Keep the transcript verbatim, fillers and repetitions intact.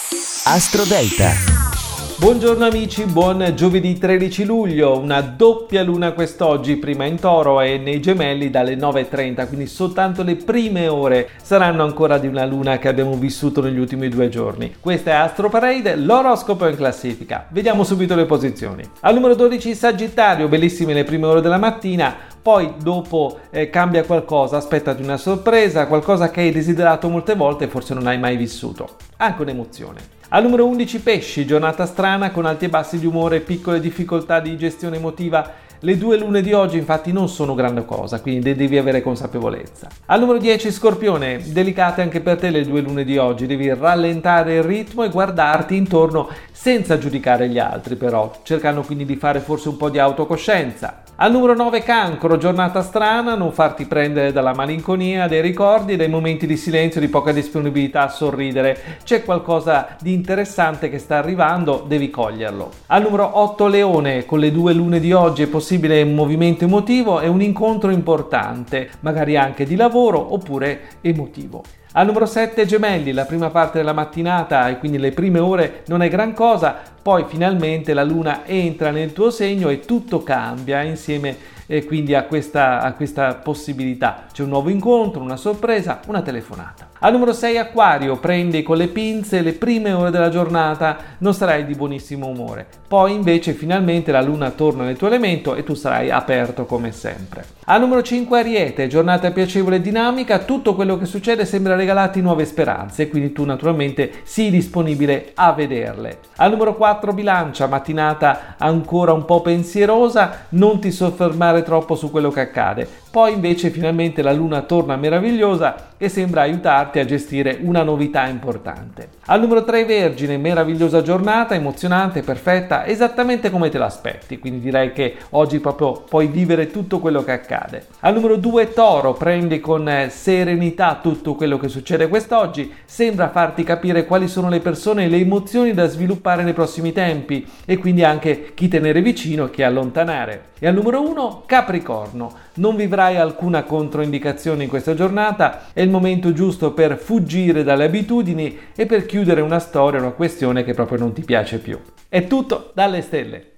Astro Delta. Buongiorno amici, buon giovedì tredici luglio, una doppia luna quest'oggi, prima in Toro e nei Gemelli dalle nove e trenta, quindi soltanto le prime ore saranno ancora di una luna che abbiamo vissuto negli ultimi due giorni. Questa è Astro Parade, l'oroscopo in classifica. Vediamo subito le posizioni. Al numero dodici Sagittario, bellissime le prime ore della mattina, poi dopo eh, cambia qualcosa, aspettati una sorpresa, qualcosa che hai desiderato molte volte e forse non hai mai vissuto. Anche un'emozione. Al numero undici Pesci, giornata strana con alti e bassi di umore e piccole difficoltà di gestione emotiva. Le due lune di oggi infatti non sono grande cosa, quindi devi avere consapevolezza. Al numero dieci Scorpione, delicate anche per te le due lune di oggi, devi rallentare il ritmo e guardarti intorno senza giudicare gli altri però, cercando quindi di fare forse un po' di autocoscienza. Al numero nove Cancro, giornata strana, non farti prendere dalla malinconia, dei ricordi, dai momenti di silenzio, di poca disponibilità a sorridere. C'è qualcosa di interessante che sta arrivando, devi coglierlo. Al numero otto Leone, con le due lune di oggi è possibile un movimento emotivo e un incontro importante, magari anche di lavoro oppure emotivo. Al numero sette Gemelli, la prima parte della mattinata e quindi le prime ore non è gran cosa, poi finalmente la luna entra nel tuo segno e tutto cambia insieme e quindi a questa, a questa possibilità. C'è un nuovo incontro, una sorpresa, una telefonata. Al numero sei Acquario, prendi con le pinze le prime ore della giornata, non sarai di buonissimo umore. Poi invece finalmente la luna torna nel tuo elemento e tu sarai aperto come sempre. Al numero cinque Ariete, giornata piacevole e dinamica, tutto quello che succede sembra regalarti nuove speranze, quindi tu naturalmente sii disponibile a vederle. Al numero quattro Bilancia, mattinata ancora un po' pensierosa, non ti soffermare troppo su quello che accade. Poi invece finalmente la luna torna meravigliosa e sembra aiutarti a gestire una novità importante. Al numero tre Vergine, meravigliosa giornata, emozionante, perfetta, esattamente come te l'aspetti, quindi direi che oggi proprio puoi vivere tutto quello che accade. Al numero due Toro, prendi con serenità tutto quello che succede quest'oggi, sembra farti capire quali sono le persone e le emozioni da sviluppare nei prossimi tempi e quindi anche chi tenere vicino e chi allontanare. E al numero uno Capricorno, non vivrai alcuna controindicazione in questa giornata, è il momento giusto per fuggire dalle abitudini e per chiudere una storia, una questione che proprio non ti piace più. È tutto dalle stelle.